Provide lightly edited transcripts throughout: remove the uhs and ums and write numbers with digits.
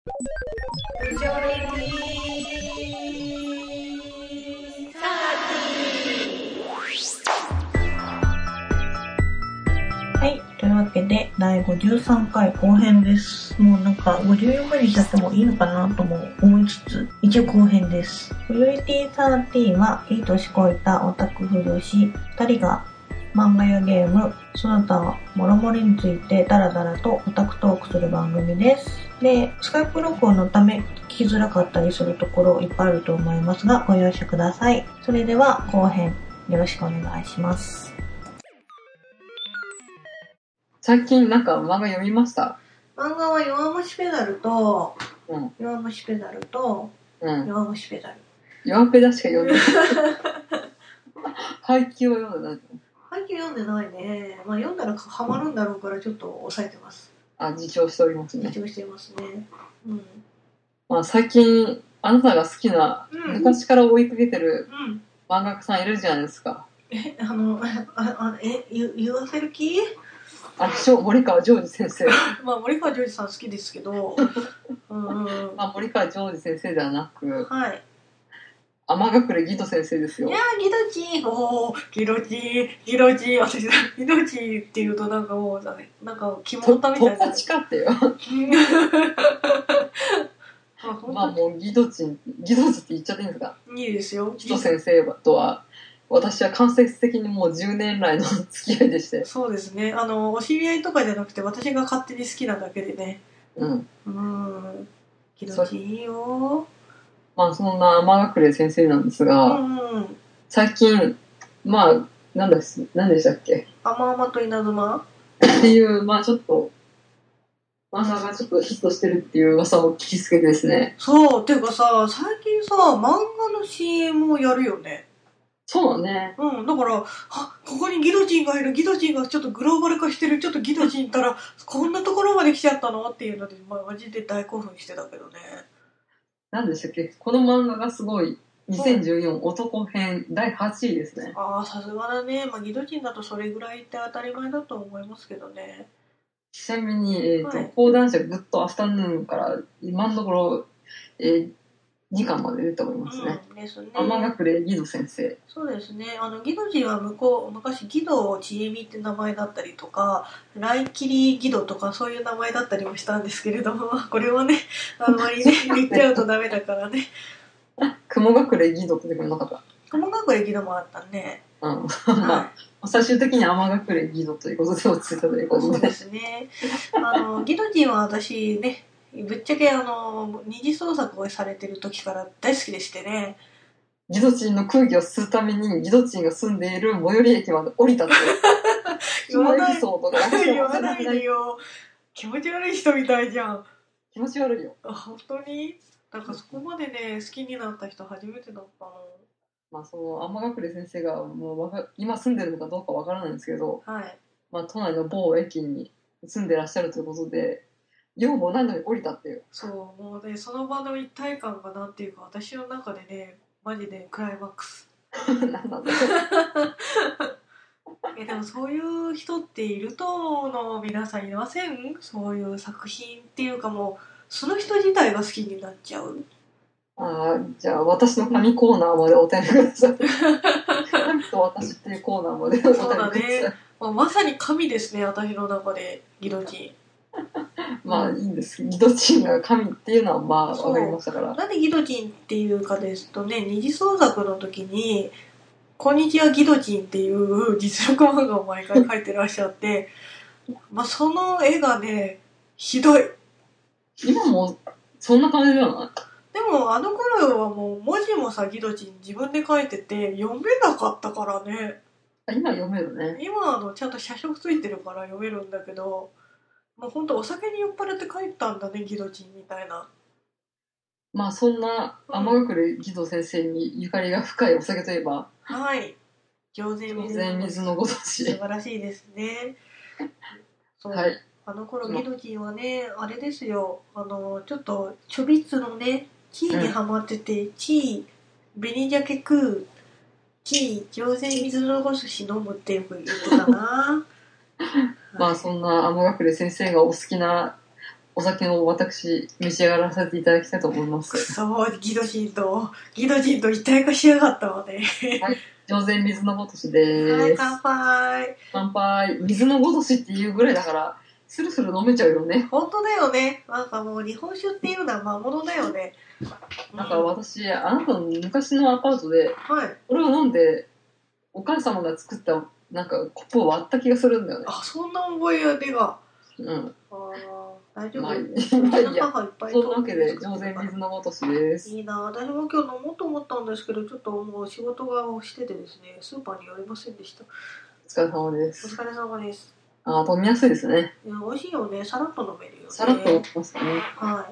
不条理サーはい、というわけで第53回後編です。もうなんか54回にしちゃってもいいのかなとも思いつつ、一応後編です。フジョリティ13はいい年こいたオタク婦女子2人が漫画やゲーム、その他もろもろについてダラダラとオタクトークする番組です。で、スカイプ録音のため聞きづらかったりするところいっぱいあると思いますが、ご容赦ください。それでは後編よろしくお願いします。 最近なんか漫画読みました？ 漫画は弱虫ペダルと、 弱虫ペダルと、弱虫ペダル。 弱ペダしか読んでない。配給を読んでない。 配給読んでないね。まあ読んだらハマるんだろうからちょっと抑えてます。 自重しておりますね。 自重してますね。 まあ最近あなたが好きな、昔から追いかけてる漫画家さんいるじゃないですか。 言わせる気？ 森川ジョージ先生。 まあ森川ジョージさん好きですけど、 森川ジョージ先生ではなく、 はい。 天隠れギド先生ですよ。 いやー、ギドチー、ギドチー、私、ギドチーって言うとなんかもうだね、なんか肝のたみたいな。 友達かってよ。まあもうギドチって言っちゃっていいんですか？ いいですよ。 ギド先生とは、私は間接的にもう10年来の付き合いでして。 そうですね。お知り合いとかじゃなくて私が勝手に好きなだけでね。ギドチいいよ。 まあそんな天隠れ先生なんですが、最近、まあ、何でしたっけ？ 甘々と稲妻っていう、まあちょっと、漫画がちょっとヒットしてるっていう噂を聞きつけてですね。 そう、ていうかさ、最近さ、漫画の CM をやるよね。 そうだね。 だから、ここにギドチンがいる、ギドチンがちょっとグローバル化してる、ちょっとギドチンったら、こんなところまで来ちゃったのっていうので、まあ、マジで大興奮してたけどね。 何でしたっけ？この漫画がすごい、2014男編第8位ですね。 さすがだね。まあ、ギドチンだとそれぐらいって当たり前だと思いますけどね。 ちなみに、講談社グッドアフタヌーンから今のところ、2巻まで出ておりますね。 ですね。 天隠れギド先生。 そうですね。ギドジは昔ギドちえみって名前だったりとか、ライキリギドとかそういう名前だったりもしたんですけれども、これはね、あんまりね、言っちゃうとダメだからね。 雲隠れギドって出てこなかった。 雲隠れギドもあったね。 まあ、最終的に天隠れギドということで落ち着いたということで。 そうですね。ギドジは私ね、ぶっちゃけ二次創作をされてる時から大好きでしてね。 ギドチンの空気を吸うためにギドチンが住んでいる最寄り駅まで降りたって言わないでよ。気持ち悪い人みたいじゃん。 気持ち悪いよ。 本当に？なんかそこまでね、好きになった人初めてだったの。 まあその天隠れ先生がもう今住んでるのかどうかわからないんですけど、まあ都内の某駅に住んでらっしゃるということで、用もないのに降りたっていう。 そう、もうね、その場の一体感がなんていうか、私の中でね、マジでクライマックス。 なんだろう。 でもそういう人っているとの皆さんいません？そういう作品っていうかもうその人自体が好きになっちゃう。 じゃあ私の紙コーナーまでお便りください。神と私っていうコーナーまでお便りください。 そうだね。まさに神ですね、私の中でギドチン。 まあいいんです。ギドチンが神っていうのはまあ分かりましたから。 なんでギドチンっていうかですとね、二次創作の時にこんにちはギドチンっていう実力漫画を毎回描いてらっしゃってまあその絵がねひどい。 今もそんな感じじゃない？ でもあの頃はもう文字もさギドチン自分で書いてて読めなかったからね。 今読めるね。 今ちゃんと写真ついてるから読めるんだけど、もうほんとお酒に酔っ払って書いたんだねギドチンみたいな。 まあそんな天隠れギド先生にゆかりが深いお酒といえば、 上善水のごとし。 素晴らしいですね。そう、あの頃ギドチンはねあれですよ、ちょっとちょびっつのねチーにハマってて、チー紅鮭食う、チー上善水のごとし飲むってよく言ってたな。 まあそんな天隠れ先生がお好きなお酒を私、召し上がらせていただきたいと思います。 そう、ギドジンと一体化しやがったわね。 はい。上善水のごとしです。 はい、乾杯。 乾杯。水のごとしっていうぐらいだから、スルスル飲めちゃうよね。 本当だよね。なんかもう日本酒っていうのは魔物だよね。 なんか私、あなたの昔のアパートで、 はい。 これを飲んで、お母様が作った、なんかコップを割った気がするんだよね。 あ、そんな覚え出が。 うん。 大丈夫。 まあいいや。そんなわけで、上善水のごとしです。 いいな。私も今日飲もうと思ったんですけど、ちょっともう仕事がしててですね、スーパーに寄れませんでした。 お疲れ様です。 お疲れ様です。 飲みやすいですね。 いや、美味しいよね。さらっと飲めるよね。 さらっと飲みますね。 はい。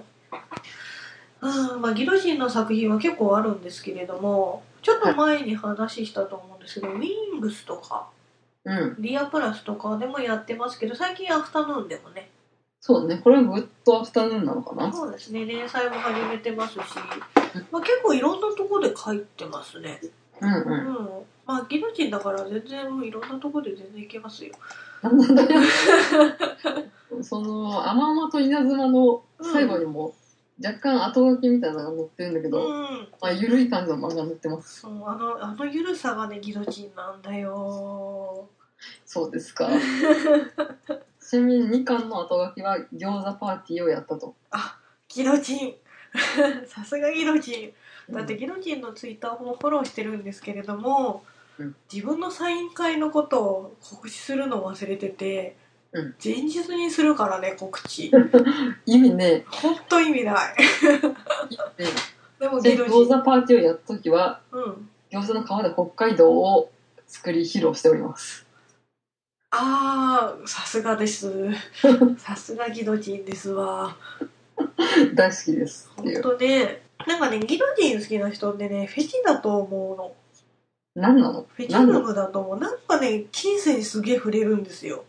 まあ、ギロシンの作品は結構あるんですけれども、ちょっと前に話したと思うんですけど、ウィングスとか、リアプラスとかでもやってますけど、最近アフタヌーンでもね。 そうね。これはグッドアフタヌーンなのかな。 そうですね。連載も始めてますし、まあ、結構いろんなとこで書いてますね。まあ、ギロチンだから全然いろんなとこで全然いけますよ。 なんだよ。その、甘々と稲妻の最後にも、若干後書きみたいなのが載ってるんだけど、まあ、緩い感じの漫画載ってます。 そう、あの緩さがね、ギロチンなんだよ。 そうですか。ちなみに2巻の後書きは餃子パーティーをやったと。 あ、ギロチン。さすがギロチン。だってギロチンのツイッターもフォローしてるんですけれども、自分のサイン会のことを告知するのを忘れてて、前日にするからね、告知。 意味ね。 ほんと意味ない。 でも餃子パーティーをやったときは、餃子の皮で北海道を作り披露しております。 さすがです。さすがギロチンですわ。 大好きです。 ほんとね。なんかね、ギロチン好きな人ってね、フェチだと思うの。 何なの？ フェチズムだと思う。なんかね、金銭にすげえ触れるんですよ。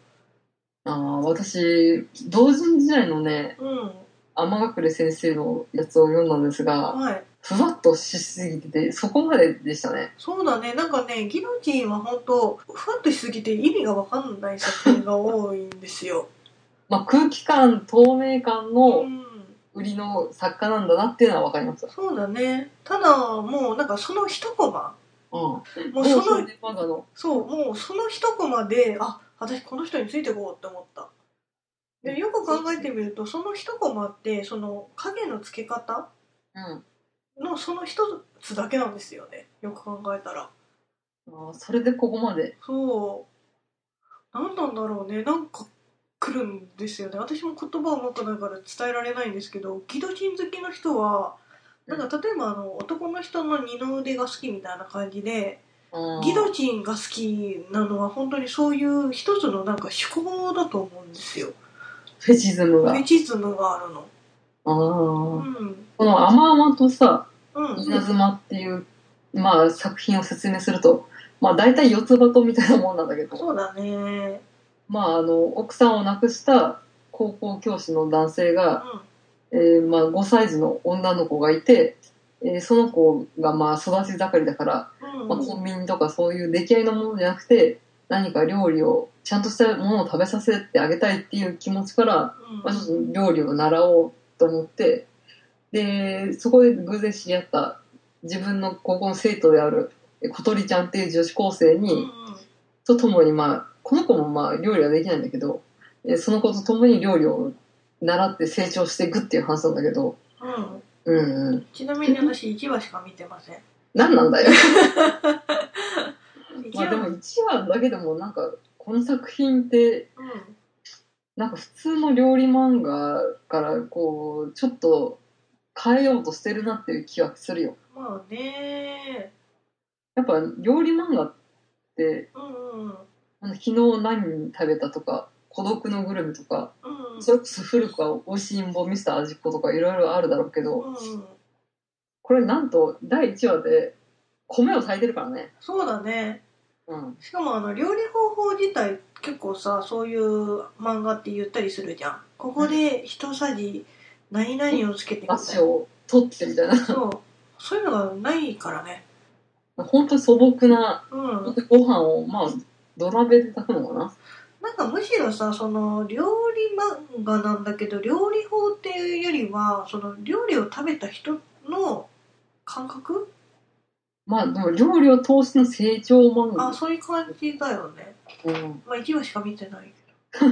私、同人時代のね、天隠先生のやつを読んだんですが、ふわっとしすぎてて、そこまででしたね。 そうだね。なんかね、ギロチンは本当ふわっとしすぎて意味がわかんない作品が多いんですよ。 まあ、空気感、透明感の売りの作家なんだなっていうのはわかります。 そうだね。ただ、もうなんかその一コマ。もうその一コマで、私この人についてこうって思った。でよく考えてみると、その一コマってその影のつけ方のその一つだけなんですよね。よく考えたら。 それでここまで。 そう。なんなんだろうね。なんか来るんですよね。私も言葉うまくないから伝えられないんですけど、ギロチン好きの人はなんか例えば男の人の二の腕が好きみたいな感じで、ギロチンが好きなのは本当にそういう一つのなんか思考だと思うんですよ。 フェチズムが。 フェチズムがあるの。 この甘々とさ、稲妻っていう、まあ、作品を説明すると、まあ大体四つ葉とみたいなもんなんだけど。 そうだね。 まあ奥さんを亡くした高校教師の男性が、まあ5歳児の女の子がいて、その子がまあ育ち盛りだから、まあ、コンビニとかそういう出来合いのものじゃなくて、何か料理をちゃんとしたものを食べさせてあげたいっていう気持ちから、まあ、ちょっと料理を習おうと思って、でそこで偶然知り合った自分の高校の生徒である小鳥ちゃんっていう女子高生に、と共にまあこの子もまあ料理はできないんだけど、その子と共に料理を習って成長していくっていう話なんだけど、 ちなみに私1話しか見てません。 何なんだよ。まあでも1話だけでもなんかこの作品って、なんか普通の料理漫画からこうちょっと変えようとしてるなっていう気はするよ。 まあね。 やっぱ料理漫画って、昨日何食べたとか孤独のグルメとか、それこそ古くはおいしいんぼミスター味っ子とかいろいろあるだろうけど、これなんと第1話で米を炊いてるからね。そうだね。しかも料理方法自体結構さ、そういう漫画って言ったりするじゃん。ここで一さじ何々をつけてみたいな。足を取ってみたいな。そういうのがないからね。本当に素朴な、ご飯をまあ土鍋で炊くのかな。 なんかむしろさ、その料理漫画なんだけど、料理法っていうよりは、その料理を食べた人の感覚？ まあでも料理を通しての成長漫画。 あ、そういう感じだよね。 うん。 まあ1話しか見てない 1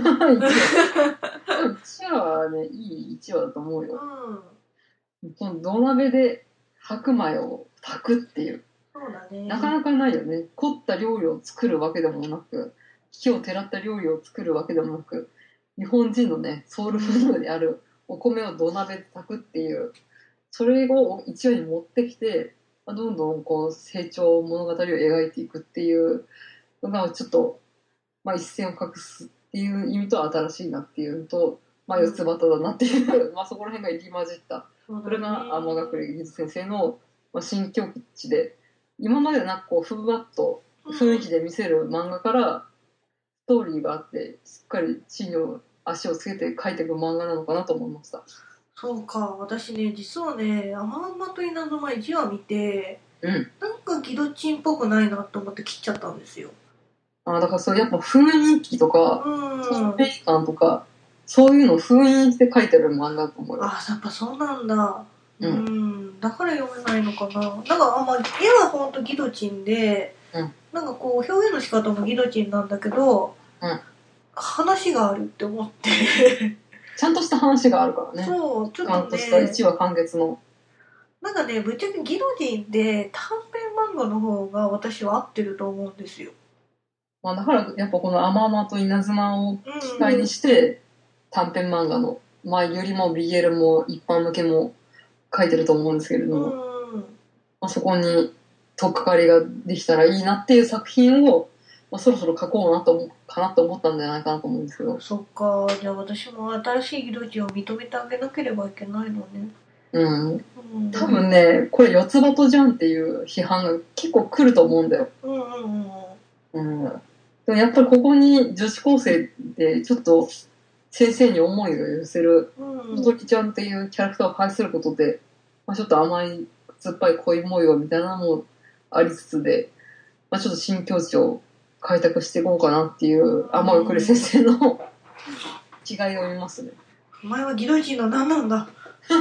話はね、いい1話だと思うけど。 よ。 うん。 この土鍋で白米を炊くっていう。 そうだね。 なかなかないよね。凝った料理を作るわけでもなく、火をてらった料理を作るわけでもなく、日本人のね、ソウルフードであるお米を土鍋で炊くっていう、それを一話に持ってきて、どんどんこう成長物語を描いていくっていうのがちょっと、まあ一線を画すっていう意味と新しいなっていうのと、まあ四つ葉だなっていう、まあそこら辺が入り混じった。これが天隠技術先生の新境地で、今までなんかこうふわっと雰囲気で見せる漫画からストーリーがあってしっかり地に足をつけて描いていく漫画なのかなと思いました。 そうか、私ね、実はね、アマンマと稲妻1話見て、 うん。 なんかギロチンっぽくないなと思って切っちゃったんですよ。 だからそうやっぱ雰囲気とか、透明うん。 感とか、そういうのを封印して描いてる漫画だと思うよ。 あ、やっぱそうなんだ。 うんだから読めないのかな。なんか、まあ、絵はほんとギロチンで、 うんなんかこう、表現の仕方もギロチンなんだけど、 うん話があるって思って。 ちゃんとした話があるからね。 そう、ちょっちゃんととしたね、 1話完結の。 なんかね、ぶっちゃけギロチンで短編漫画の方が私は合ってると思うんですよ。 まあだからやっぱこの甘々と稲妻を機会うん。 にして短編漫画の、まあよりも BL も一般向けも書いてると思うんですけれども、まあ、そこに取っかかりができたらいいなっていう作品を、まあ、そろそろ書こうなとかなと思ったんじゃないかなと思うんですけど。 そっか、じゃあ私も新しいギロチンを認めてあげなければいけないのね。 うん。 うん。 多分ね、これ四つ葉とじゃんっていう批判が結構来ると思うんだよ。うん。でもやっぱりここに女子高生でちょっと先生に思いを寄せる小鳥ちゃんっていうキャラクターを介することで、まあ、ちょっと甘い酸っぱい恋模様みたいなのもありつつで、まあ、ちょっと新境地を開拓していこうかなっていう天送り先生の違いを見ますね。 お前はギロチンの何なんだ。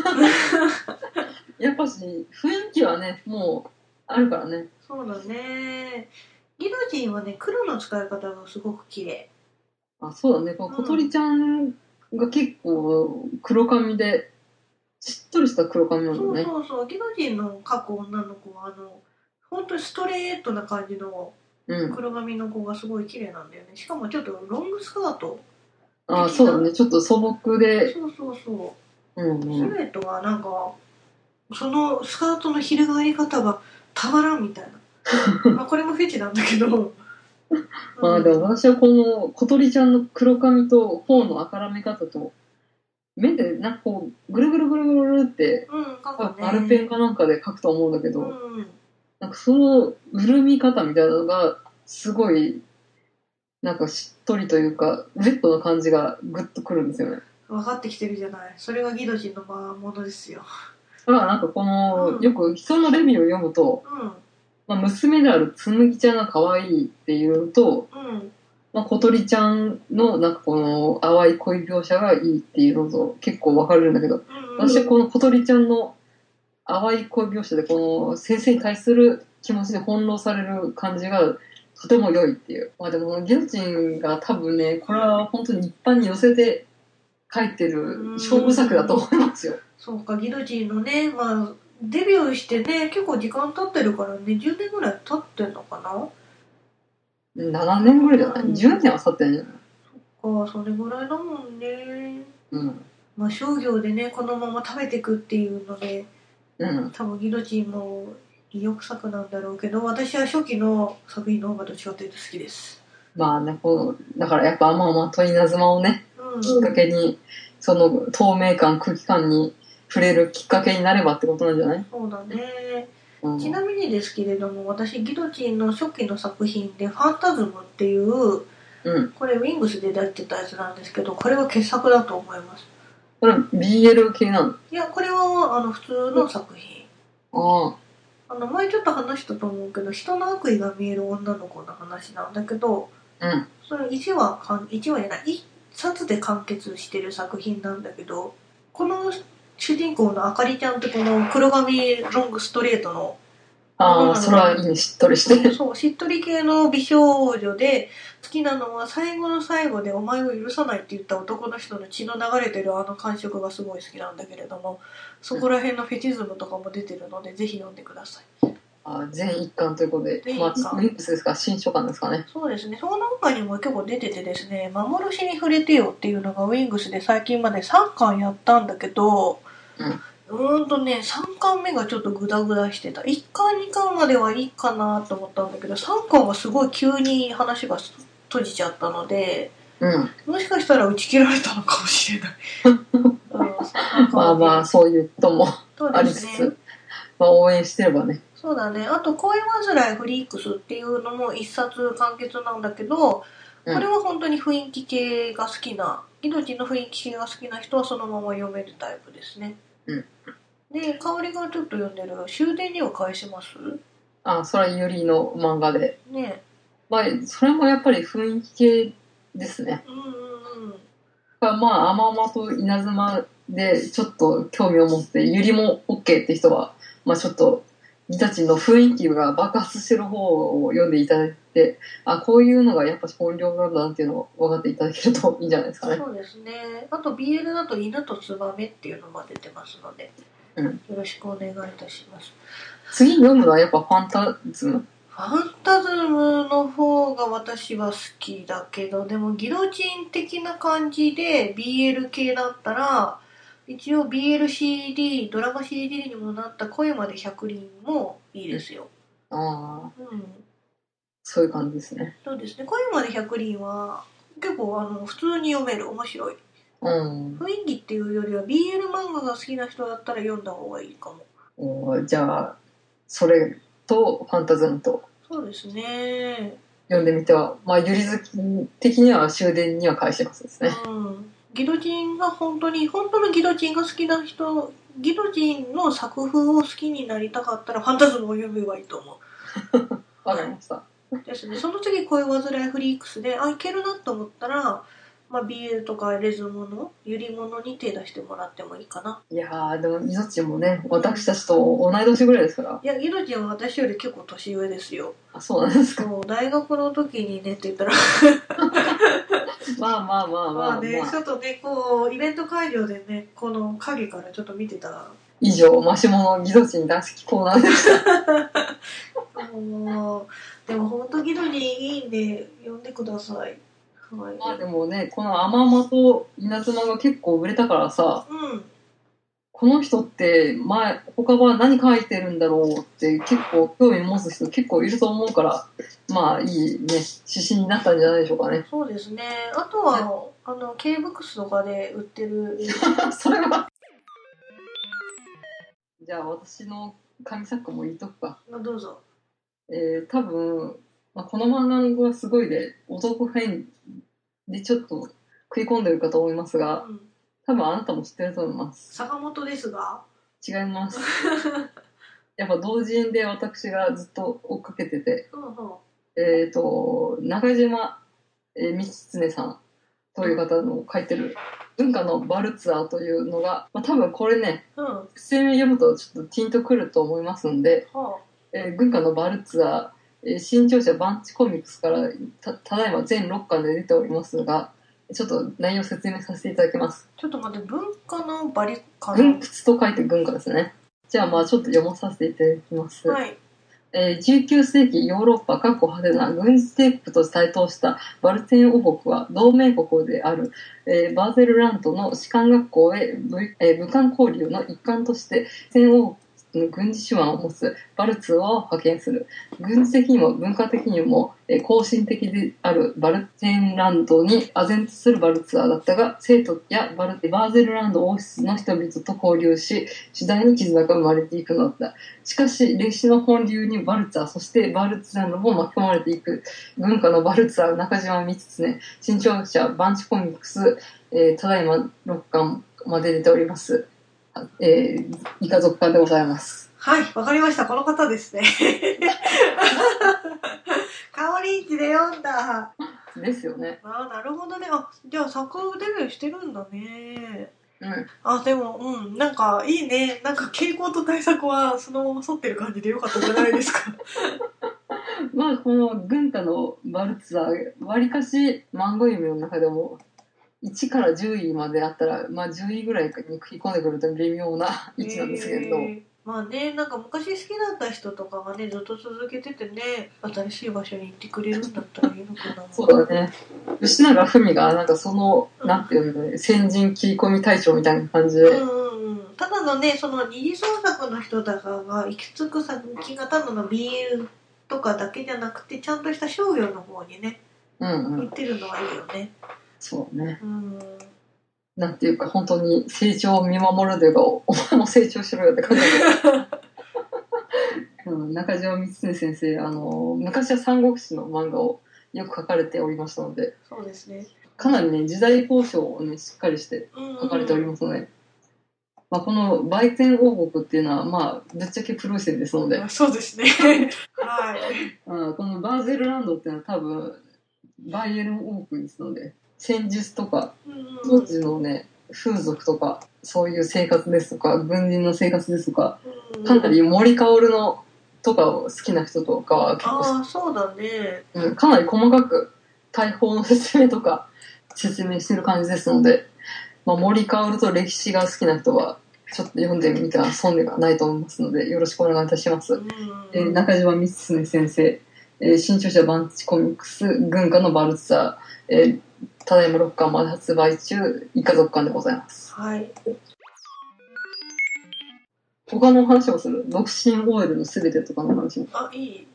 やっぱし雰囲気はね、もうあるからね。 そうだね。ギロチンはね、黒の使い方がすごく綺麗。 あ、そうだね。この小鳥ちゃんが結構黒髪で、しっとりした黒髪なのね。 そう。ギロチンの描く女の子は、本当にストレートな感じの黒髪の子がすごい綺麗なんだよね。しかもちょっとロングスカート。 あ、そうだね。ちょっと素朴で。 そう。シルエットがなんか、そのスカートの翻り方がたまらんみたいな。まあこれもフェチなんだけど。 まあでも私はこの小鳥ちゃんの黒髪と頬の赤らめ方と、目でなんかこう、ぐるぐるぐるぐるって、アルペンかなんかで描くと思うんだけど、なんかその潤み方みたいなのが、すごい、なんかしっとりというか、ウェットな感じがグッとくるんですよね。 分かってきてるじゃない。それがギロチンのものですよ。 だからなんかこの、よく人のレビューを読むと、まあ、娘であるつむぎちゃんが可愛いっていうと、まあ、小鳥ちゃんのなんかこの淡い恋描写がいいっていうのと結構分かれるんだけど、私はこの小鳥ちゃんの淡い恋描写でこの先生に対する気持ちで翻弄される感じがとても良いっていう。まあでもギロチンが多分ね、これは本当に一般に寄せて書いてる勝負作だと思いますよ。 そうか、ギロチンのね、まあデビューしてね、結構時間経ってるからね、10年ぐらい経ってんのかな。 7年ぐらいじゃない、10年は経ってんじゃない。 そっか、それぐらいだもんね。まあ商業でね、このまま食べていくっていうので、多分ギロチンも意欲作なんだろうけど、私は初期の作品の方がどっちかというと好きです。 まあね、だからやっぱ天々と稲妻をね、きっかけに、その透明感、空気感に触れるきっかけになればってことなんじゃない？ そうだね。ちなみにですけれども、私ギロチンの初期の作品で「ファンタズム」っていう、これウィングスで出てたやつなんですけど、これは傑作だと思います。 これ BL 系なの？ いや、これは普通の作品。前ちょっと話したと思うけど、人の悪意が見える女の子の話なんだけど、 それ1話じゃない、1冊で完結してる作品なんだけど、この主人公のあかりちゃんってこの黒髪ロングストレートの、 それはいいね、しっとりして。 そう、しっとり系の美少女で、好きなのは最後の最後でお前を許さないって言った男の人の血の流れてるあの感触がすごい好きなんだけれども、そこら辺のフェチズムとかも出てるので、ぜひ読んでください。 全一巻ということで、ウィックスですか、新書巻ですかね。 そうですね。その他にも結構出ててですね、幻に触れてよっていうのがウィングスで最近まで3巻やったんだけど、3巻目がちょっとグダグダしてた。1巻2巻まではいいかなと思ったんだけど、3巻はすごい急に話が閉じちゃったので、もしかしたら打ち切られたのかもしれない。 まあそういうこともありつつ、応援してればね。 そうだね。あと恋煩いフリークスっていうのも1冊完結なんだけど、これは本当に雰囲気系が好きな、ギドチンの雰囲気系が好きな人はそのまま読めるタイプですね。で、香りがちょっと読んでる終電には返します？ それはゆりの漫画で。 ね。 それもやっぱり雰囲気系ですね。アママと稲妻でちょっと興味を持って、ゆりも OK って人は、ちょっと、ギタチンの雰囲気が爆発してる方を読んでいただいて、こういうのがやっぱ本領なんだなっていうのを分かっていただけるといいんじゃないですかね。 そうですね。あと BL だと犬とツバメっていうのも出てますので、よろしくお願いいたします。 次読むのはやっぱファンタズム？ ファンタズムの方が私は好きだけど、でもギロチン的な感じで BL 系だったら、一応 BLCD、ドラマ CD にもなった恋まで100輪もいいですよ。 そういう感じですね。 そうですね。恋まで100輪は結構普通に読める、面白い。雰囲気っていうよりは BL 漫画が好きな人だったら読んだ方がいいかも。 じゃあ、それとファンタズムと。 そうですね。 読んでみては、ゆり好き的には終電には返しますですね。 ギドチンが本当のギドチンが好きな人、ギドチンの作風を好きになりたかったらファンタズムを読めばいいと思う。 わかりました。 ですね。その次恋煩いフリークスで、いけるなと思ったら、BL とかレズもの、ゆりものに手出してもらってもいいかな。 いやー、でもギドチンもね、私たちと同い年ぐらいですから。 いや、ギドチンは私より結構年上ですよ。 そうなんですか。 大学の時にねって言ったらまあね、 ちょっとね、イベント会場でね、この影からちょっと見てた。 以上、マシモのギドチン大好きコーナーでした。 でも本当ギドチンいいんで、読んでください。 でもね、このアママと稲妻が結構売れたからさ、この人って他は何書いてるんだろうって結構興味持つ人結構いると思うから、いいね、指針になったんじゃないでしょうかね。 そうですね。あとは、K ブックスとかで売ってる。 それは。じゃあ私の神作も言いとくか。 どうぞ。 多分、この漫画がすごいで、男編でちょっと食い込んでるかと思いますが、多分あなたも知ってると思います。 坂本ですが？ 違います。やっぱ同人で私がずっと追っかけてて、中島道常さんという方の書いてる文化のバルツァーというのが、多分これね、説明読むとちょっとピンとくると思いますんで、文化のバルツァー、新潮社バンチコミックスからただいま全6巻で出ておりますが、ちょっと内容を説明させていただきます。 ちょっと待って、文化のバリかな？ 軍屈と書いて軍化ですね。じゃあちょっと読まさせていただきます。19世紀ヨーロッパ各派手な軍事帝国として台頭したバルテン王国は同盟国である、バーゼルラントの士官学校へ武官交流の一環として戦王軍事手腕を持つバルツァーを派遣する。軍事的にも文化的にも後進的であるバルテンランドに唖然とするバルツァーだったが、生徒やバーゼルランド王室の人々と交流し、次第に絆が生まれていくのだった。しかし、歴史の本流にバルツァー、そしてバルツァーのも巻き込まれていく。軍歌のバルツァー、中島光常、新潮社バンチコミックス、ただいま6巻まで出ております。イカ族館でございます。 はい、わかりました。この方ですね。カオリンチで読んだ。 ですよね。 ああ、なるほどね。あ、じゃあ作家デビューしてるんだね。 うん。 あ、でも、なんかいいね。なんか傾向と対策はそのまま沿ってる感じでよかったんじゃないですか。 まあ、この軍歌のバルツァー、わりかし漫画夢の中でも、1から10位まであったら、まあ10位ぐらいに食い込んでくると微妙な位置なんですけれど。 まあね、なんか昔好きだった人とかがね、ずっと続けててね、新しい場所に行ってくれるんだったらいいのかな。 そうだね。吉永文が、なんかその、なんていうのね、先人切り込み隊長みたいな感じで。 ただのね、その二次創作の人とかが行き着く先がただの BL とかだけじゃなくて、ちゃんとした商業の方にね、行ってるのはいいよね。 そうね。なんていうか、本当に成長を見守るというか、お前も成長しろよって感じ中島光恒先生、昔は三国志の漫画をよく描かれておりましたので、 そうですね。 かなりね、時代交渉をね、しっかりして描かれておりますので、まあ、この売店王国っていうのは、まあ、ぶっちゃけプロセスですので、 そうですね。はい。 このバーゼルランドっていうのは多分、バイエルン王国ですので、戦術とか、当時のね、風俗とか、そういう生活ですとか、軍人の生活ですとか、かなり森薫のとかを好きな人とかは結構、 ああ、そうだね。 かなり細かく大砲の説明とか説明してる感じですので、まあ、森薫と歴史が好きな人は、ちょっと読んでみては損ではないと思いますので、よろしくお願いいたします。中島光恒先生、新潮社バンチコミックス、軍歌のバルツァー、ただいま6巻まで発売中、以下続巻でございます。 はい。 他の話をする。独身 OL のすべてとかの話も。 あ、いい。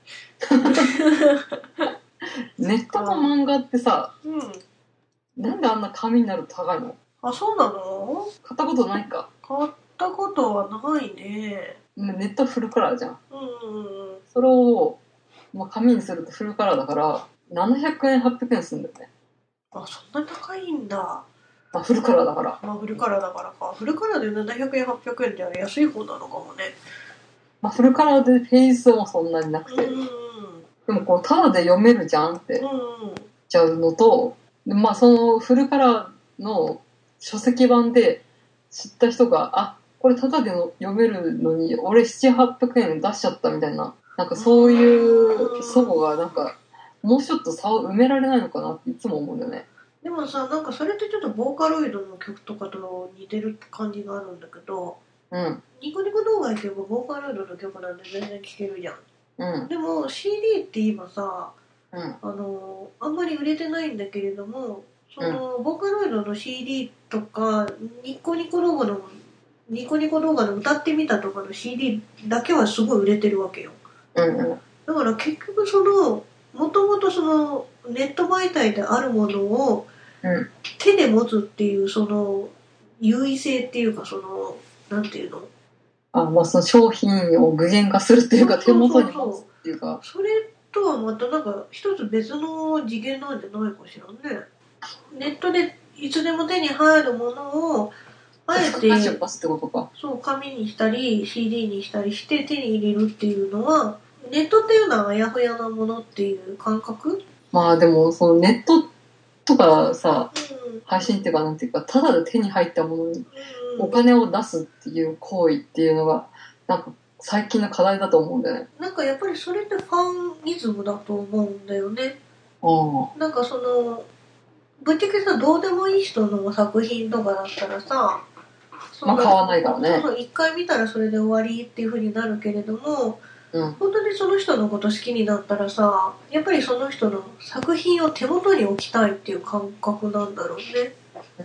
ネットの漫画ってさ、なんであんな紙になると高いの？ あ、そうなの？ 買ったことないか。 買ったことはないね。 ネットフルカラーじゃん。それを、まあ、紙にするとフルカラーだから、700円、800円するんだよね。 あ、そんな高いんだ。 まあ、フルカラーだから。 まあ、フルカラーだからか。フルカラーで700円、800円って安い方なのかもね。 まあ、フルカラーでページ数もそんなになくて。でもこう、タダで読めるじゃんって言っちゃうのと、まあ、そのフルカラーの書籍版で知った人が、あ、これタダで読めるのに、俺7、800円出しちゃったみたいな、なんかそういう祖母がなんか、もうちょっと差を埋められないのかなっていつも思うんだよね。 でもさ、なんかそれってちょっとボーカロイドの曲とかと似てる感じがあるんだけど、ニコニコ動画行けばボーカロイドの曲なんで全然聴けるじゃん。でも CD って今さ、あんまり売れてないんだけれども、そのボーカロイドの CD とかニコニコ動画の歌ってみたとかの CD だけはすごい売れてるわけよ。だから結局もともとそのネット媒体であるものを手で持つっていうその優位性っていうか、そのなんていうの、 まあその商品を具現化するっていうか、手元に持つっていうか、 それとはまたなんか一つ別の次元なんじゃないかしらね。ネットでいつでも手に入るものをあえてそう紙にしたり CD にしたりして手に入れるっていうのは、ネットっていうのはあやふやなものっていう感覚。 まあでもそのネットとかさ、配信っていうかなんていうか、ただで手に入ったものにお金を出すっていう行為っていうのがなんか最近の課題だと思うんだよね。 なんかやっぱりそれってファンイズムだと思うんだよね。なんかそのぶっちゃけさ、どうでもいい人の作品とかだったらさ、 まあ買わないからね。 そう一回見たらそれで終わりっていう風になるけれども、本当にその人のこと好きになったらさ、やっぱりその人の作品を手元に置きたいっていう感覚なんだろうね。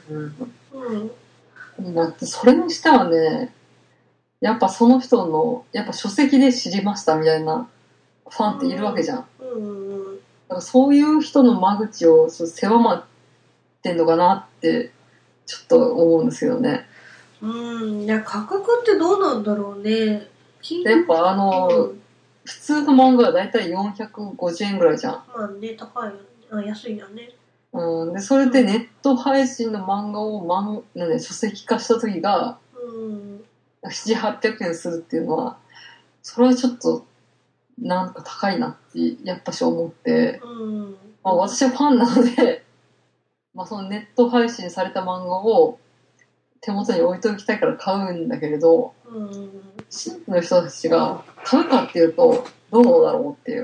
だってそれにしてはね、やっぱその人のやっぱ書籍で知りましたみたいなファンっているわけじゃん。だからそういう人の間口を狭まってんのかなってちょっと思うんですけどね。 いや価格ってどうなんだろうね。 やっぱ普通の漫画はだいたい450円ぐらいじゃん。 まあね、高いよね。安いよね。 でそれでネット配信の漫画を書籍化した時が、7、800円するっていうのは、それはちょっとなんか高いなってやっぱし思って、 まあ、私はファンなので、まあ、そのネット配信された漫画を手元に置いておきたいから買うんだけれど、新規の人たちが買うかっていうとどうだろうっていう。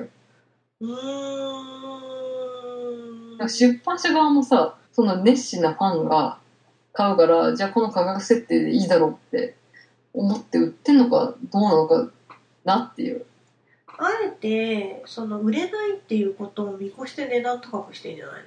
出版社側もさ、その熱心なファンが買うから、じゃあこの価格設定でいいだろうって思って売ってんのかどうなのかなっていう。 あえてその売れないっていうことを見越して値段高くしてんじゃないの？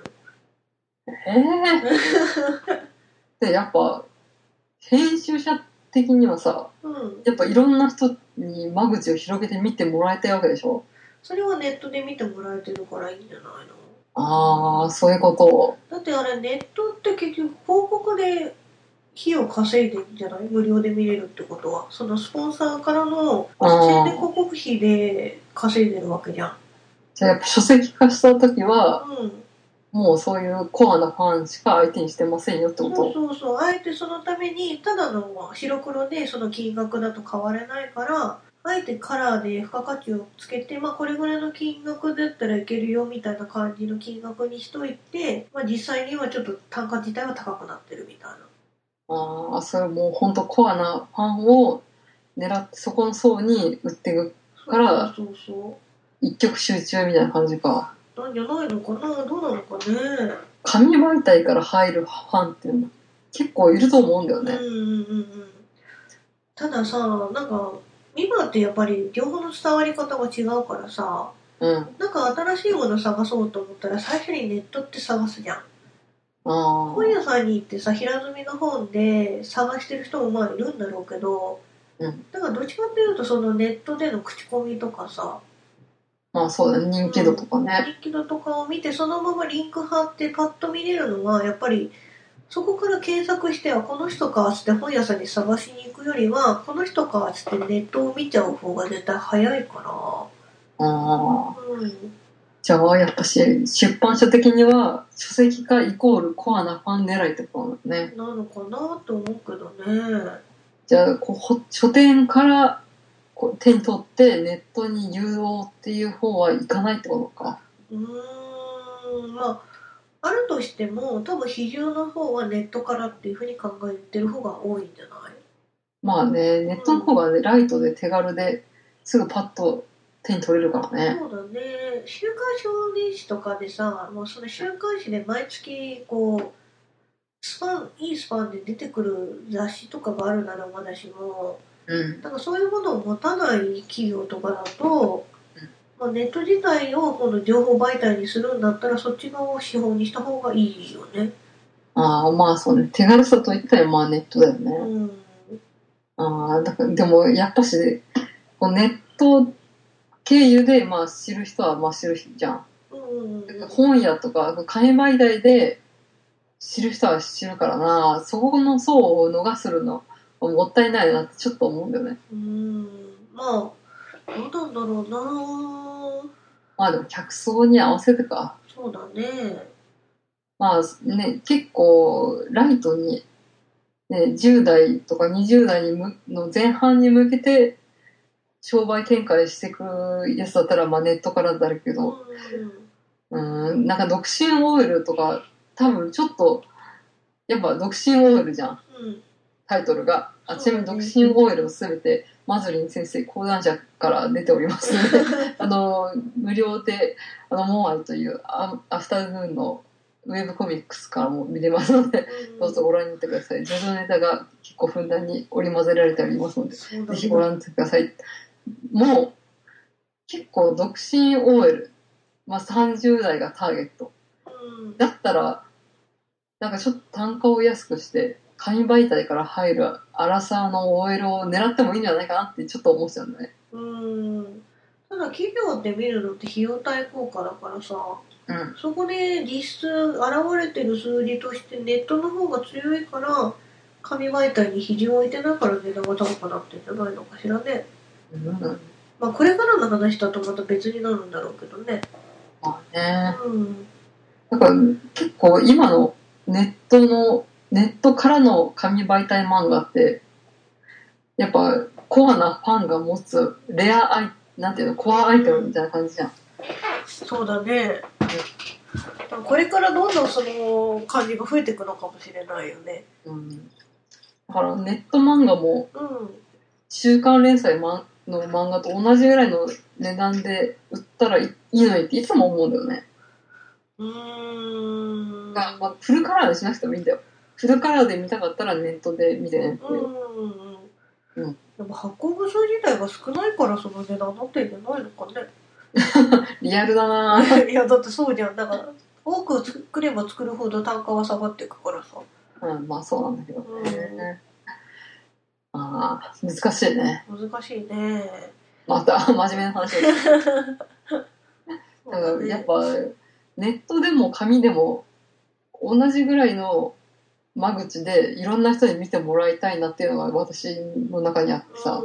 でやっぱ編集者的にはさ、やっぱいろんな人に間口を広げて見てもらいたいわけでしょ。それはネットで見てもらえてるからいいんじゃないの？ ああ、そういうこと。 だってあれネットって結局広告で費用稼いでるんじゃない？無料で見れるってことはそのスポンサーからの宣伝広告費で稼いでるわけじゃん。 じゃあやっぱ書籍化した時は、もうそういうコアなファンしか相手にしてませんよってこと？ そうあえてそのためにただの白黒でその金額だと変われないからあえてカラーで付加価値をつけて、これぐらいの金額だったらいけるよみたいな感じの金額にしといて、実際にはちょっと単価自体は高くなってるみたいな。 ああ、それもう本当コアなファンを狙ってそこの層に売っていくから、一極集中みたいな感じか。 なんじゃないのかな、どうなのかね。 紙媒体から入るファンっていうの結構いると思うんだよね。 たださ、なんか今ってやっぱり情報の伝わり方が違うからさ、なんか新しいもの探そうと思ったら最初にネットって探すじゃん。本屋さんに行ってさ、平積みの本で探してる人もいるんだろうけど、だからどっちかっていうとそのネットでの口コミとかさ、 そうだね、人気度とかね、 人気度とかを見てそのままリンク貼ってパッと見れるのはやっぱりそこから検索してはこの人かっつって本屋さんに探しに行くよりはこの人かっつってネットを見ちゃう方が絶対早いから。 じゃあやっぱし出版社的には書籍化イコールコアなファン狙いってことなのね。 なのかなと思うけどね。 じゃあ書店から手に取ってネットに誘導っていう方はいかないってことか。 あるとしても多分比重の方はネットからっていうふうに考えてる方が多いんじゃない？ まあね、ネットの方がね、ライトで手軽ですぐパッと手に取れるからね。 そうだね。週刊少年誌とかでさ、もうその週刊誌で毎月こういいスパンで出てくる雑誌とかがあるならまだしも、だからそういうものを持たない企業とかだと、ネット自体をこの情報媒体にするんだったらそっち側を資本にした方がいいよね。 そうね。手軽さといったらネットだよね。だからでもやっぱしネット経由で知る人は知るじゃん。本屋とか紙媒体で知る人は知るからな、そこの層を逃するのもったいないなってちょっと思うんだよね。 どうなんだろうな。 でも客層に合わせてか。 そうだね。 結構ライトに、10代とか20代の前半に向けて商売展開していくやつだったらネットからだけど、なんか独身 OL とか多分ちょっとやっぱ独身 OL じゃん、タイトルが。ちなみに独身 OL をすべてマズリン先生講談社から出ております無料でモアイというアフタヌーンのウェブコミックスからも見れますので、どうぞご覧になってください。ジョジョネタが結構ふんだんに織り交ぜられておりますので、ぜひご覧になってください。もう結構独身 OL、30代がターゲット、だったらなんかちょっと単価を安くして紙媒体から入るアラサーの OL を狙ってもいいんじゃないかなってちょっと思っちゃうんだね。 ただ企業って見るのって費用対効果だからさ、そこで実質現れてる数字としてネットの方が強いから紙媒体に比重を置いてないから値段が高くなってんじゃないのかしらね。これからの話だとまた別になるんだろうけどね。 だから結構今のネットからの紙媒体漫画ってやっぱコアなファンが持つレアなんていうの、コアアイテムみたいな感じじゃん。 そうだね。 これからどんどんその感じが増えていくのかもしれないよね。 だからネット漫画も週刊連載の漫画と同じぐらいの値段で売ったらいいのにっていつも思うんだよね。まあ、フルカラーでしなくてもいいんだよ。フルカラーで見たかったらネットで見てねっていう。 でも発行部数自体が少ないからその値段になってんじゃないのかね。 リアルだないやだってそうじゃん。だから多く作れば作るほど単価は下がっていくからさ。 まあそうなんだけどね。難しいね。 難しいね。 また真面目な話だからやっぱネットでも紙でも同じぐらいの間口でいろんな人に見てもらいたいなっていうのが私の中にあってさ。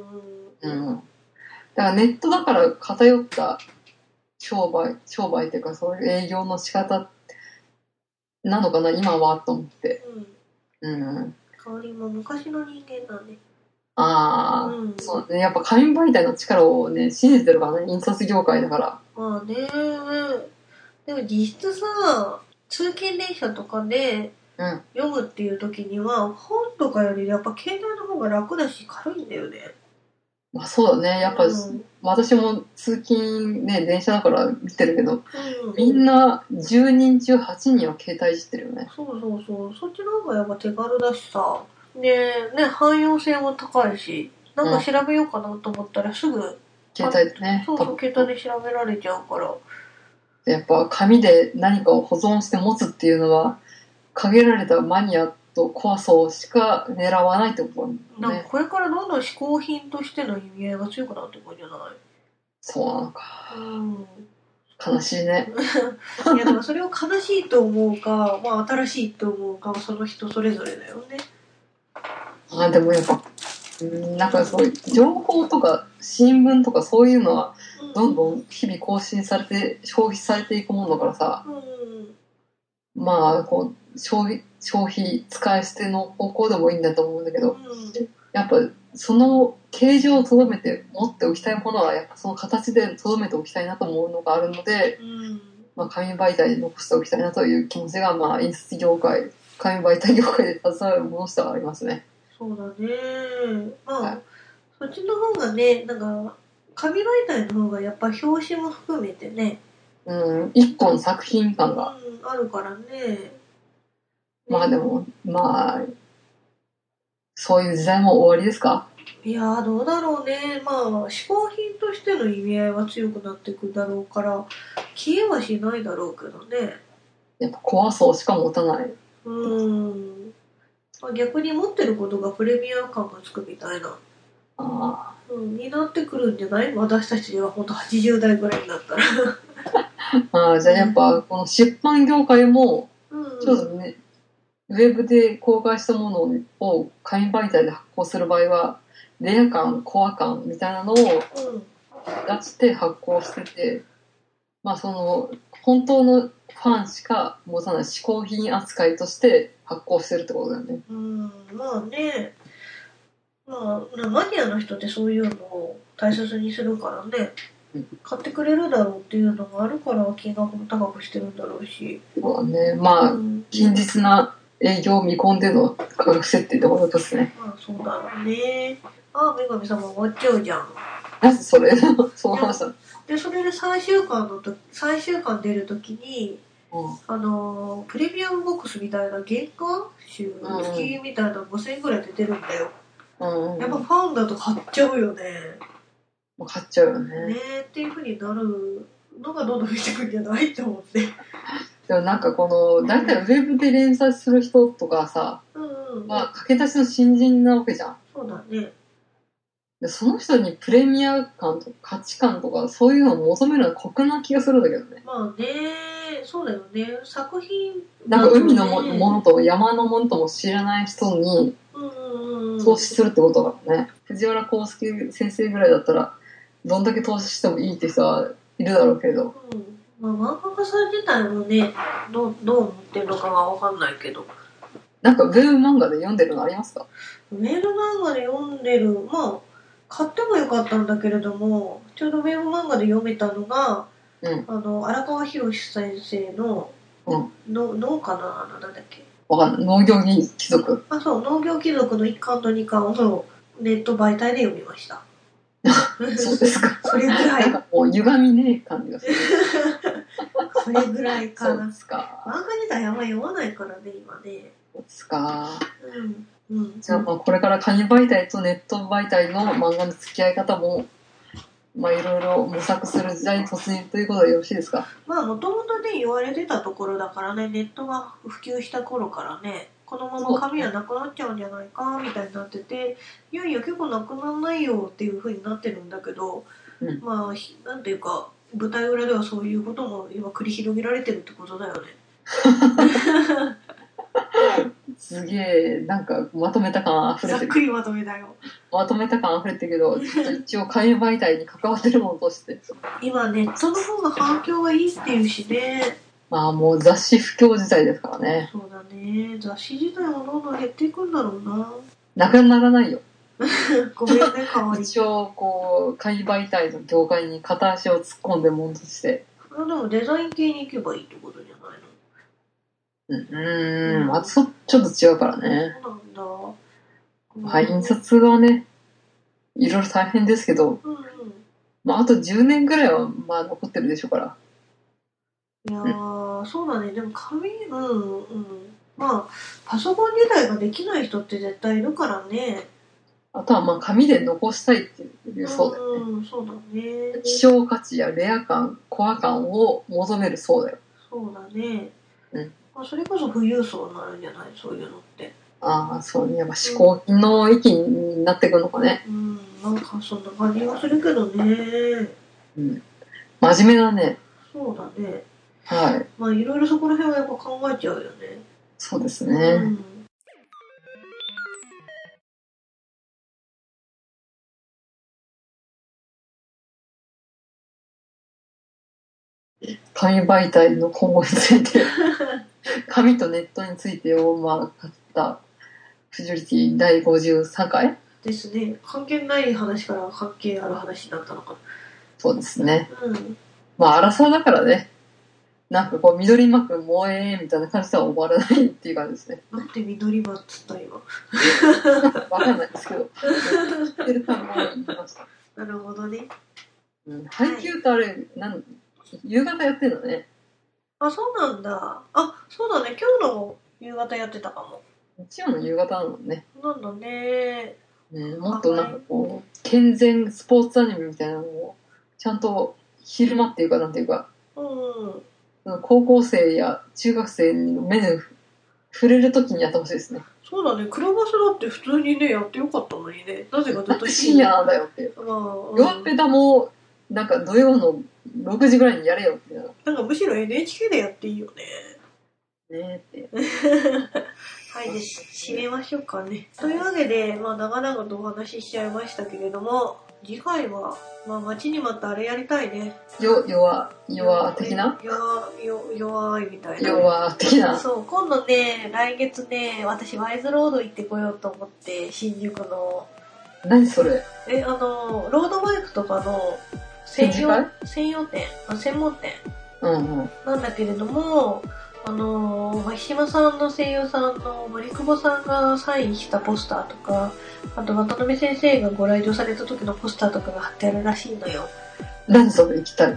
だからネットだから偏った商売っていうかそういう営業の仕方なのかな今はと思って。 香りも昔の人間だね。 そうね。やっぱ紙媒体の力をね信じてるからね、印刷業界だから。 まあね。でも実質さ、通勤電車とかで読むっていう時には本とかよりやっぱ携帯の方が楽だし軽いんだよね。 まあそうだね。やっぱ、私も通勤ね電車だから見てるけど、みんな10人中8人は携帯いじってるよね。 そう。そっちの方がやっぱ手軽だしさ。でね、汎用性も高いし、なんか調べようかなと思ったらすぐ携帯でね。 そう携帯で調べられちゃうから。 やっぱ紙で何かを保存して持つっていうのは限られたマニアとコア層しか狙わないってことなんだね。 これからどんどん嗜好品としての意味合いが強くなってくるんじゃない？ そうなのか。悲しいね。 いやでもそれを悲しいと思うか、まあ新しいと思うかはその人それぞれだよね。 でもやっぱなんかそういう情報とか新聞とかそういうのはどんどん日々更新されて消費されていくものだからさ、まあこう消費使い捨ての方向でもいいんだと思うんだけど、やっぱその形状をとどめて持っておきたいものはやっぱその形でとどめておきたいなと思うのがあるので、まあ、紙媒体に残しておきたいなという気持ちが、まあ、印刷業界紙媒体業界で携わるものとしてはありますね。 そうだね。まあ、そっちの方がね、なんか紙媒体の方がやっぱ表紙も含めてね、 一個の作品感が、 あるからね。 まあでもまあそういう時代も終わりですか？ いやどうだろうね。まあ嗜好品としての意味合いは強くなっていくだろうから消えはしないだろうけどね。 やっぱ怖そうしか持たない。 逆に持ってることがプレミアム感がつくみたいな。になってくるんじゃない？私たちは本当80代ぐらいになったら。 じゃあやっぱこの出版業界もちょっとね、ウェブで公開したものを紙媒体で発行する場合はレア感、コア感みたいなのを出して発行してて、まあその本当のファンしか持たない嗜好品扱いとして発行してるってことだよね。 まあね。まあマニアの人ってそういうのを大切にするからね。買ってくれるだろうっていうのがあるから金額も高くしてるんだろうし。 そうだね。まあ、近日な営業を見込んでの価格設定ってことですね。 まあそうだろうね。女神様終わっちゃうじゃん。 なぜそれそう話したの？ でそれで3週間出るときに、プレミアムボックスみたいな原画集付きみたいな5000円ぐらいで出るんだよ。やっぱファンだと買っちゃうよね。 買っちゃうよね。 ねっていう風になるのがどんどん増えてくるんじゃないって思って。 でもなんかこの大体ウェブで連載する人とかさ、まあ駆け出しの新人なわけじゃん。 そうだね。 でその人にプレミア感とか価値観とかそういうのを求めるのは酷な気がするんだけどね。 まあね、そうだよね。作品なんか海のものと山のものとも知らない人に投資するってことだからね。藤原康介先生ぐらいだったらどんだけ投資してもいいって人はいるだろうけど。 まあ漫画家さん自体もね、どう思ってるのかは分かんないけど。 なんかウェブ漫画で読んでるのありますか？ ウェブ漫画で読んでる、まあ買ってもよかったんだけれども、ちょうどウェブ漫画で読めたのが、荒川博先生の農家のなんだっけ。 わかんない。農業貴族。 あ、そう、農業貴族の1巻と2巻をそうネット媒体で読みました。 そうですか。 それぐらい。 なんかもう歪みねえ感じがする。 それぐらいかな。 そうですか。 漫画自体あんま読まないからね、今ね。 そうですか。 じゃあこれから紙媒体とネット媒体の漫画の付き合い方も、いろいろ模索する時代に突入ということでよろしいですか？ もともとね、言われてたところだからね、ネットが普及した頃からね、このまま紙はなくなっちゃうんじゃないか、みたいになってて、いやいや、結構なくならないよっていう風になってるんだけど、なんていうか、舞台裏ではそういうことも今繰り広げられてるってことだよね。 すげえ、なんかまとめた感溢れてる。 ざっくりまとめだよ。 まとめた感溢れてるけど、一応紙媒体に関わってるものとして。 今ネットの方が反響がいいっていうしね。 もう雑誌不況時代ですからね。 そうだね。雑誌自体もどんどん減っていくんだろうな。 なくならないよ。 ごめんね、かわいい。 一応、紙媒体の業界に片足を突っ込んでものとして。 でもデザイン系に行けばいいってことじゃないの？ ちょっと違うからね。 そうなんだ。 印刷がね、いろいろ大変ですけど、あと10年ぐらいは残ってるでしょうから。 いやー、そうだね。でも紙、パソコン時代ができない人って絶対いるからね。 あとは紙で残したいっていう、そうだよね。 そうだね。 希少価値やレア感、コア感を求めるそうだよ。 そうだね。それこそ富裕層になるんじゃない？そういうのって。 そうね。思考の域になってくるのかね。 なんかそんな感じがするけどね。 真面目だね。 そうだね。 はい。 いろいろそこら辺はやっぱ考えちゃうよね。 そうですね。紙媒体の今後について紙とネットについてを語ったフジョリティ第53回ですね。関係ない話から関係ある話になったのかな。 そうですね。荒さだからね。なんか緑幕く萌えみたいな感じでは終わらないっていう感じですね。 なんで緑幕っつった今。 わかんないですけど。知ってる単語を言いました。 なるほどね。 配給ってあれ、夕方やってるのね。 そうなんだ。そうだね。今日の夕方やってたかも。 日曜の夕方なのね。 なんだね。 もっとなんか健全スポーツアニメみたいなのを、ちゃんと昼間っていうかなんていうか、高校生や中学生の目で触れるときにやってほしいですね。 そうだね。黒バスだって普通にね、やってよかったのにね。なぜかずっと深夜なんだよって。ヨペダも、なんか土曜の6時ぐらいにやれよって。 なんかむしろ NHK でやっていいよね。 ねえって。 はい、締めましょうかね。というわけで、長々とお話ししちゃいましたけれども、次回は、待ちに待ったあれやりたいね。 弱的な？ 弱いみたいな。 弱的な。 そう、今度ね、来月ね、私ワイズロード行ってこようと思って、新宿の。 何それ？ ロードバイクとかの専門店。なんだけれども、牧島さんの声優さんの森久保さんがサインしたポスターとか、あと渡辺先生がご来場された時のポスターとかが貼ってあるらしいのよ。 何それ行きたい。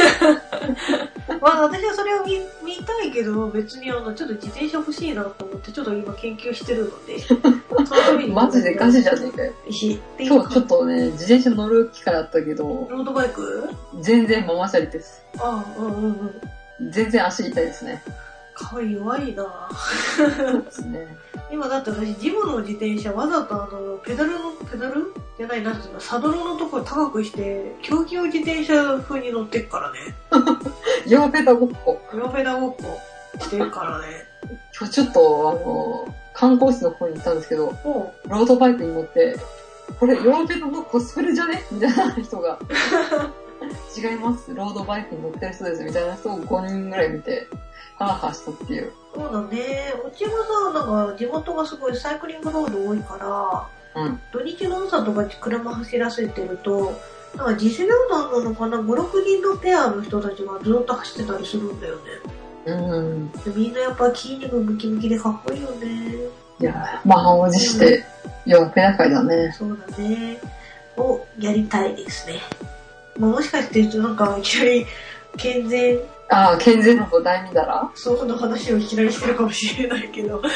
私はそれを見たいけど、別にちょっと自転車欲しいなと思って、ちょっと今研究してるので。そのためにマジでガチじゃねえかよ。今日ちょっとね、自転車乗る機会あったけど。 ロードバイク？ 全然ママチャリです。全然足痛いですね。 顔弱いなそうですね。 今だって私ジムの自転車わざとペダルじゃないなんていうのサドルのところ高くして競技用自転車風に乗ってっからね。 ヨーペダごっこしてるからね。 今日ちょっと観光地の方に行ったんですけど、ロードバイクに乗ってこれヨーペダのコスプレじゃねみたいな人が違います、ロードバイクに乗ってる人ですみたいな人を5人ぐらい見てハーハーしたっていう。 そうだね。うちもさ、なんか地元がすごいサイクリングロード多いから、土日の朝とか車走らせてると、なんか実業団なのかな、5、6人のペアの人たちがずっと走ってたりするんだよね。 みんなやっぱ筋肉ムキムキでかっこいいよね。 いや、満を持して、ヨガペダ会だね。 そうだね。をやりたいですね。もしかしてなんかいきなり健全。 健全の方大見だらそうの話をいきなりしてるかもしれないけど。 ね、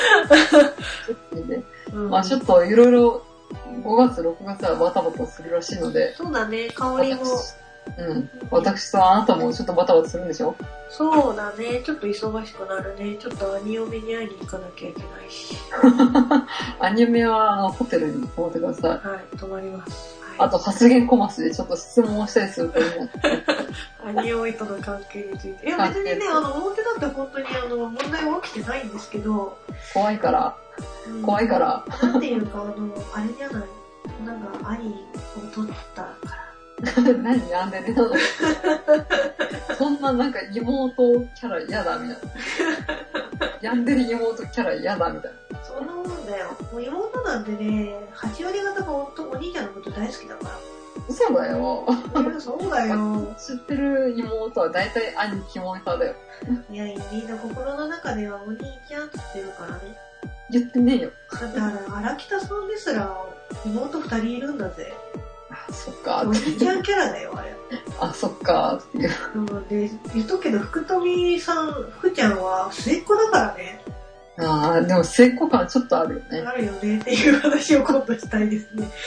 ちょっといろいろ5月、6月はバタバタするらしいので。 そうだね、香りも。 私とあなたもちょっとバタバタするんでしょ？ そうだね、ちょっと忙しくなるね。ちょっとアニオメに会いに行かなきゃいけないし。 アニメはホテルに泊まってください。 はい、泊まります。 あと発言コマスでちょっと質問をしたりするといいなって。 アニオメとの関係について。いや別にね、表だって本当に問題は起きてないんですけど。 怖いから。 なんていうか、あれじゃない。なんか兄を取ったから。 何ヤンデレなの？そんななんか妹キャラ嫌だみたいな。ヤンデレ妹キャラ嫌だみたいな。 そんなもんだよ。もう妹なんてね、8割方がお兄ちゃんのこと大好きだから。 嘘だよ。 そうだよ。 知ってる妹は大体兄キモい派だよ。 いや、みんな心の中ではお兄ちゃんって言ってるからね。 言ってねえよ。 だから荒北さんですら妹2人いるんだぜ。 そっか。 お兄ちゃんキャラだよ、あれ。 そっか。 で、言っとくけど、福ちゃんは末っ子だからね。 でも末っ子感ちょっとあるよね。 あるよねっていう話を今度したいですね。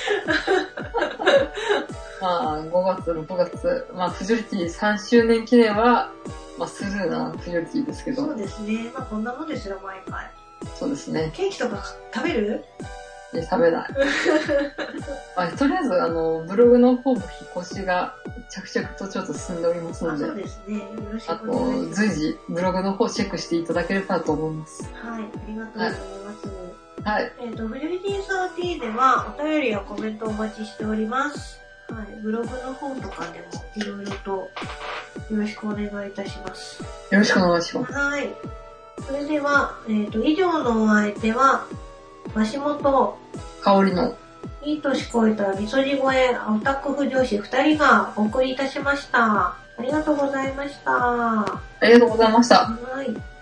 5月、6月、フジョリティ3周年記念は、スルーなフジョリティですけど。 そうですね。こんなもんですよ、毎回。 そうですね。 ケーキとか食べる？ 食べない。とりあえず、ブログの方も引っ越しが着々とちょっと進んでおりますので。 そうですね。よろしくお願いします。 随時、ブログの方チェックしていただければと思います。 はい、ありがとうございます。 はい。 フジョリティ13では、お便りやコメントをお待ちしております。はい、ブログの方とかでも、いろいろと、よろしくお願いいたします。 よろしくお願いします。 はい。それでは、以上のお相手は、橋本香りのいい年こえたみそじ声オタク婦女子2人がお送りいたしました。ありがとうございました。 ありがとうございました。 はい。